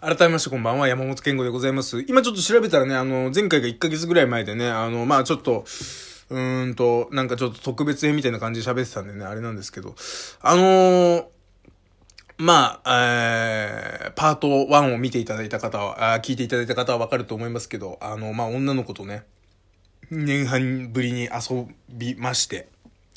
改めましてこんばんは、山本健吾でございます。今ちょっと調べたらね、前回が1ヶ月ぐらい前でね、ちょっと、なんかちょっと特別編みたいな感じで喋ってたんでね、あれなんですけど、パート1を見ていただいた方は、聞いていただいた方はわかると思いますけど、女の子とね、2年半ぶりに遊びまして、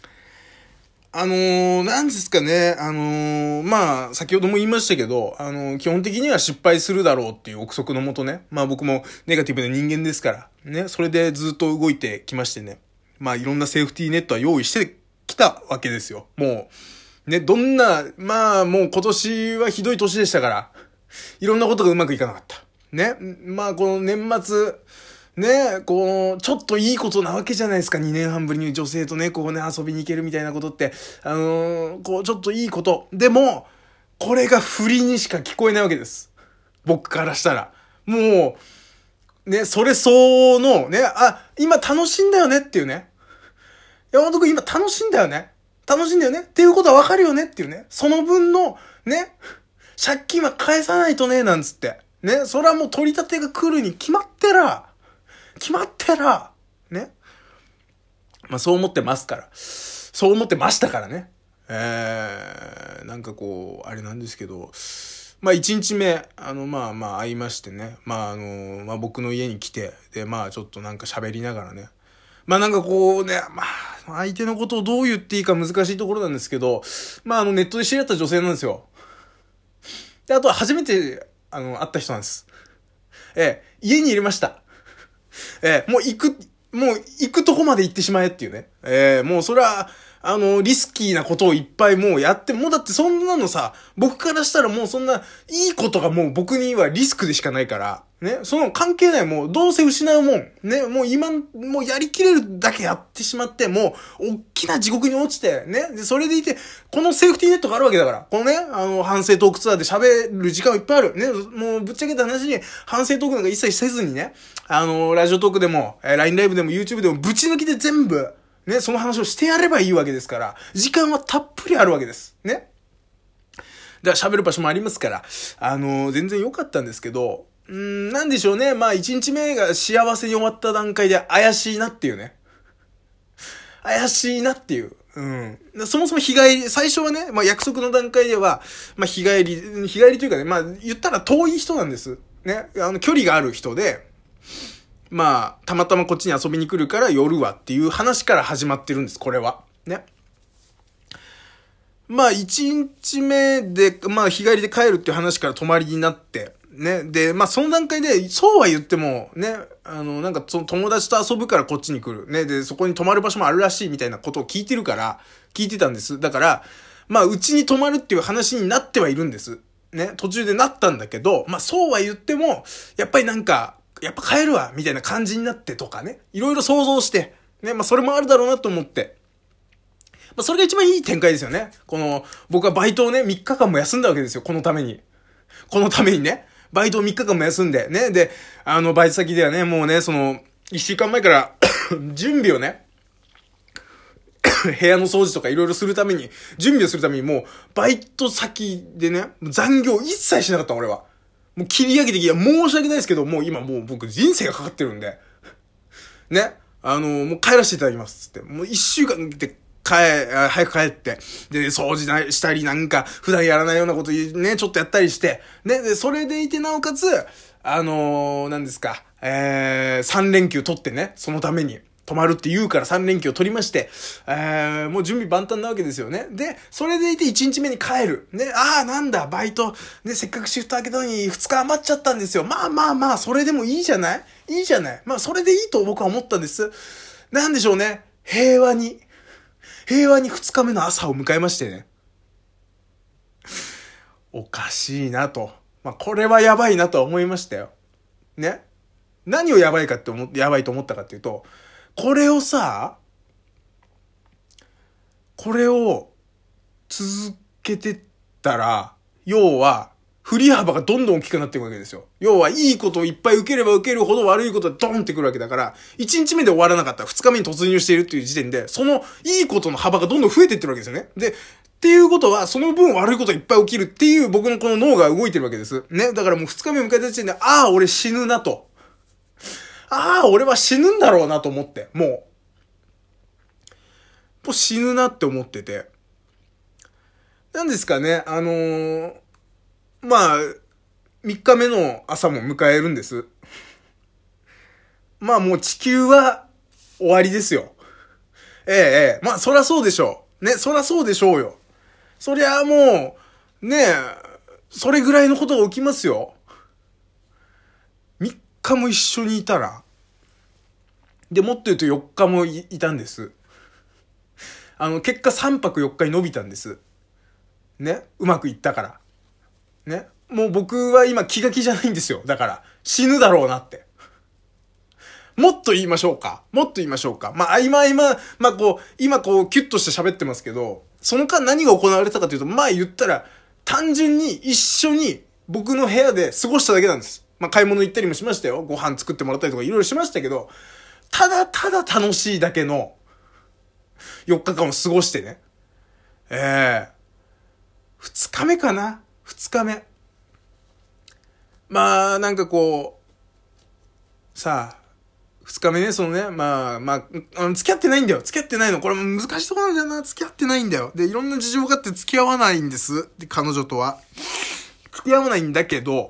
なんですかね、先ほども言いましたけど、基本的には失敗するだろうっていう憶測のもとね、僕もネガティブな人間ですから、ね、それでずっと動いてきましてね、いろんなセーフティーネットは用意してきたわけですよ。もう、ね、どんな、もう今年はひどい年でしたから、いろんなことがうまくいかなかった。ね、この年末、ね、ちょっといいことなわけじゃないですか。2年半ぶりに女性とね、遊びに行けるみたいなことって。ちょっといいこと。でも、これが振りにしか聞こえないわけです。僕からしたら。もう、ね、それ相応の、ね、今楽しいんだよねっていうね。山本くん今楽しいんだよね。楽しいんだよねっていうことはわかるよねっていうね。その分の、ね、借金は返さないとね、なんつって。ね、それはもう取り立てが来るに決まってら、ね。そう思ってますから。そう思ってましたからね。なんかあれなんですけど、1日目、会いましてね。僕の家に来て、で、ちょっとなんか喋りながらね。相手のことをどう言っていいか難しいところなんですけど、ネットで知り合った女性なんですよ。で、あとは初めて、会った人なんです。家に入れました。もう行くとこまで行ってしまえっていうね。もうそれは、リスキーなことをいっぱいもうやって、もうだってそんなのさ、僕からしたらもうそんな、いいことがもう僕にはリスクでしかないから、ね、その関係ない、もうどうせ失うもん、ね、もうやりきれるだけやってしまって、もう、大きな地獄に落ちて、ね、で、それでいて、このセーフティーネットがあるわけだから、このね、反省トークツアーで喋る時間いっぱいある。ね、もうぶっちゃけた話に、反省トークなんか一切せずにね、ラジオトークでも、LINE ライブでも YouTube でもぶち抜きで全部、ね、その話をしてやればいいわけですから、時間はたっぷりあるわけです。ね。だから喋る場所もありますから、全然良かったんですけど、なんでしょうね。1日目が幸せに終わった段階で怪しいなっていうね。怪しいなっていう。そもそも日帰り、最初はね、約束の段階では、日帰りというかね、言ったら遠い人なんです。ね。距離がある人で、たまたまこっちに遊びに来るから夜はっていう話から始まってるんです、これは。ね。一日目で、日帰りで帰るっていう話から泊まりになって、ね。で、その段階で、そうは言っても、ね、なんかその友達と遊ぶからこっちに来る。ね。で、そこに泊まる場所もあるらしいみたいなことを聞いてたんです。だから、うちに泊まるっていう話になってはいるんです。ね。途中でなったんだけど、そうは言っても、やっぱりなんか、やっぱ帰るわみたいな感じになってとかね。いろいろ想像して、ね。それもあるだろうなと思って。それが一番いい展開ですよね。僕はバイトをね、3日間も休んだわけですよ。このためにね。バイトを3日間も休んで、ね。で、バイト先ではね、もうね、1週間前から準備をね、部屋の掃除とかいろいろするために、準備をするためにもう、バイト先でね、残業一切しなかった俺は。もう切り上げて申し訳ないですけど、もう僕人生がかかってるんで、ね。もう帰らせていただきますつって。もう1週間で早く帰って、で、掃除したりなんか、普段やらないようなことね、ちょっとやったりして、ね、で、それでいてなおかつ、何ですか、3連休取ってね、そのために。泊まるって言うから3連休を取りまして、もう準備万端なわけですよね。で、それでいて1日目に帰る。ね、なんだ、バイト、ね、せっかくシフト開けたのに2日余っちゃったんですよ。それでもいいじゃない。それでいいと僕は思ったんです。なんでしょうね。平和に2日目の朝を迎えましてね。おかしいなと。これはやばいなとは思いましたよ。ね。何をやばいと思ったかっていうと、これを続けてったら、要は、振り幅がどんどん大きくなっていくわけですよ。要は、いいことをいっぱい受ければ受けるほど悪いことがドンってくるわけだから、1日目で終わらなかった、2日目に突入しているっていう時点で、そのいいことの幅がどんどん増えていってるわけですよね。で、っっていうことは、その分悪いことがいっぱい起きるっていう僕のこの脳が動いてるわけです。ね。だからもう2日目を迎えた時点で、俺死ぬなと。俺は死ぬんだろうなと思って、もう死ぬなって思ってて。なんですかね、3日目の朝も迎えるんです。もう地球は終わりですよ。そらそうでしょう。ね、そらそうでしょうよ。そりゃもう、ねそれぐらいのことが起きますよ。3日も一緒にいたら。で、もっと言うと4日もいたんです。結果3泊4日に伸びたんです。ね、うまくいったから。ね、もう僕は今気が気じゃないんですよ。だから、死ぬだろうなって。もっと言いましょうか。今、今キュッとして喋ってますけど、その間何が行われたかというと、言ったら、単純に一緒に僕の部屋で過ごしただけなんです。買い物行ったりもしましたよ。ご飯作ってもらったりとかいろいろしましたけど、ただただ楽しいだけの4日間を過ごしてね。2日目かな ?2 日目。2日目ね、付き合ってないんだよ。付き合ってないの。これ難しいところなんだよな。付き合ってないんだよ。で、いろんな事情があって付き合わないんです。で、彼女とは。付き合わないんだけど、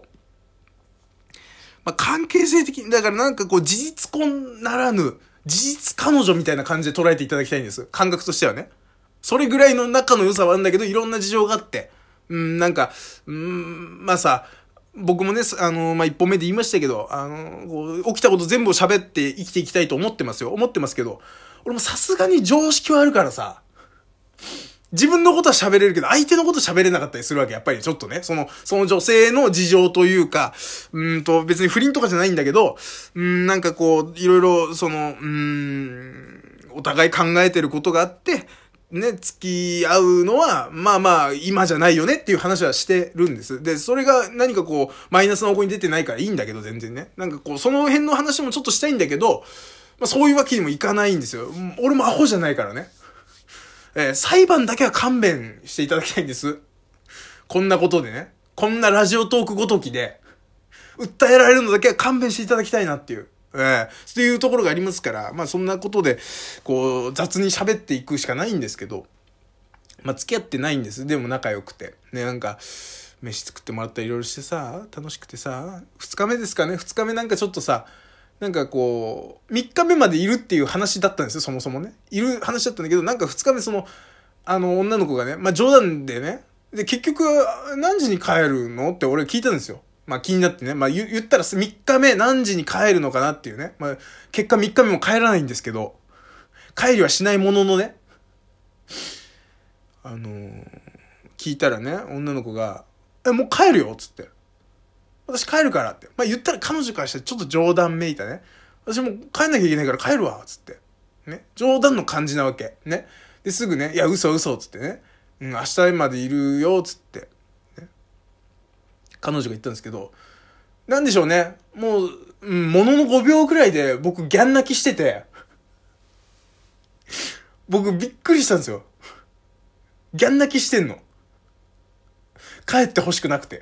関係性的に、だから事実婚ならぬ、事実彼女みたいな感じで捉えていただきたいんです。感覚としてはね。それぐらいの仲の良さはあるんだけど、いろんな事情があって。僕もね、一本目で言いましたけど、起きたこと全部を喋って生きていきたいと思ってますけど、俺もさすがに常識はあるからさ、自分のことは喋れるけど、相手のこと喋れなかったりするわけ。やっぱりちょっとね、その女性の事情というか、別に不倫とかじゃないんだけど、いろいろ、お互い考えてることがあって、ね、付き合うのは、今じゃないよねっていう話はしてるんです。で、それが何かマイナスな方向に出てないからいいんだけど、全然ね。その辺の話もちょっとしたいんだけど、そういうわけにもいかないんですよ。俺もアホじゃないからね。裁判だけは勘弁していただきたいんです。こんなことでね。こんなラジオトークごときで、訴えられるのだけは勘弁していただきたいなっていう。っていうところがありますから、そんなことで、雑に喋っていくしかないんですけど、付き合ってないんです。でも仲良くて。ね、飯作ってもらったりいろいろしてさ、楽しくてさ、2日目ですかね。2日目ちょっとさ、3日目までいるっていう話だったんですよ、そもそもね。いる話だったんだけど、2日目女の子がね、冗談でね、で、結局、何時に帰るのって俺聞いたんですよ。気になってね。言ったら3日目何時に帰るのかなっていうね。結果3日目も帰らないんですけど、帰りはしないもののね、聞いたらね、女の子が、もう帰るよつって。私帰るからって。言ったら彼女からしてちょっと冗談めいたね。私もう帰んなきゃいけないから帰るわつって。ね。冗談の感じなわけ。ね。で、すぐね、いや、嘘つってね。明日までいるよつって。彼女が言ったんですけど、なんでしょうね。もう、ものの5秒くらいで僕ギャン泣きしてて、僕びっくりしたんですよ。ギャン泣きしてんの。帰ってほしくなくて。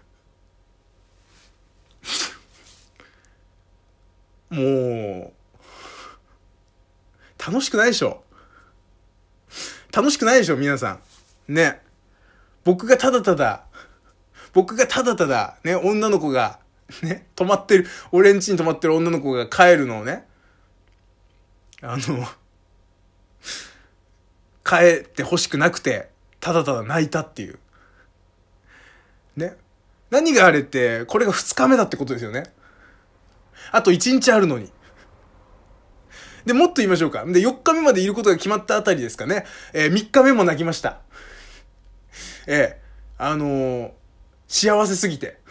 もう、楽しくないでしょ。皆さん。ね。僕がただただ、ね、女の子が、ね、俺ん家に泊まってる女の子が帰るのをね、帰って欲しくなくて、ただただ泣いたっていう。ね。何があれって、これが2日目だってことですよね。あと1日あるのに。で、もっと言いましょうか。で、4日目までいることが決まったあたりですかね。3日目も泣きました。幸せすぎて。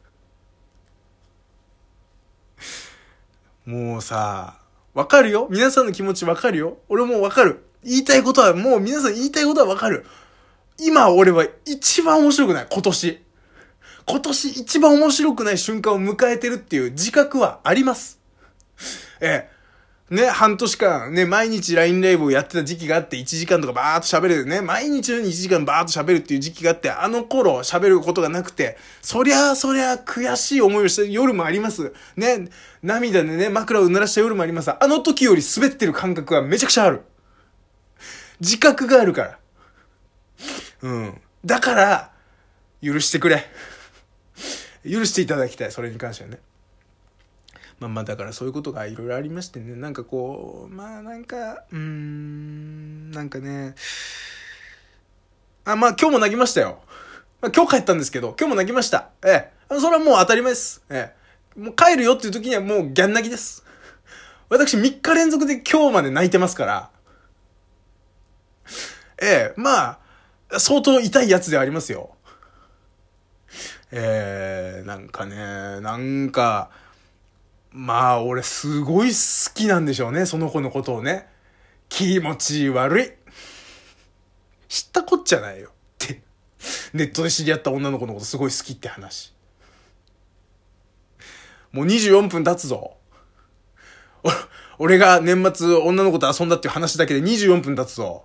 もうさ、わかるよ。皆さんの気持ちわかるよ。俺もわかる。皆さん言いたいことはわかる。今俺は一番面白くない。今年一番面白くない瞬間を迎えてるっていう自覚はあります。 ね、半年間、ね、毎日 LINE ライブをやってた時期があって、1時間とかバーっと喋るね、毎日のように1時間バーっと喋るっていう時期があって、あの頃喋ることがなくて、そりゃ悔しい思いをした夜もあります。ね、涙でね、枕を濡らした夜もあります。あの時より滑ってる感覚はめちゃくちゃある。自覚があるから。うん。だから、許してくれ。許していただきたい、それに関してはね。まあだからそういうことがいろいろありましてね、なんかこう、なんかね、今日も泣きましたよ。今日帰ったんですけど、今日も泣きました。それはもう当たり前です。もう帰るよっていう時にはもうギャン泣きです。私3日連続で今日まで泣いてますから。相当痛いやつではありますよ。俺すごい好きなんでしょうね、その子のことをね。気持ち悪い。知ったこっちゃないよって。ネットで知り合った女の子のことすごい好きって話。もう24分経つぞ。俺が年末女の子と遊んだっていう話だけで24分経つぞ。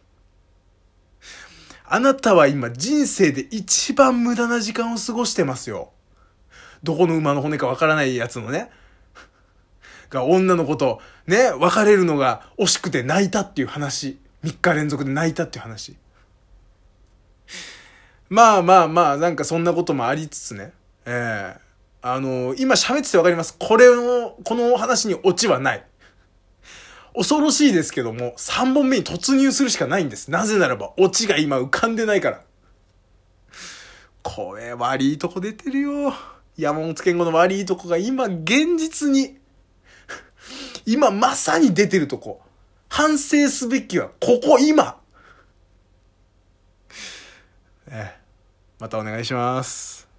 あなたは今人生で一番無駄な時間を過ごしてますよ。どこの馬の骨かわからないやつのね。が女の子とね、別れるのが惜しくて泣いたっていう話。3日連続で泣いたっていう話。なんかそんなこともありつつね。今喋っててわかります。この話にオチはない。恐ろしいですけども、3本目に突入するしかないんです。なぜならば、オチが今浮かんでないから。これ悪いとこ出てるよ。山本健吾の悪いとこが今現実に、今まさに出てるとこ。反省すべきはここ今。またお願いします。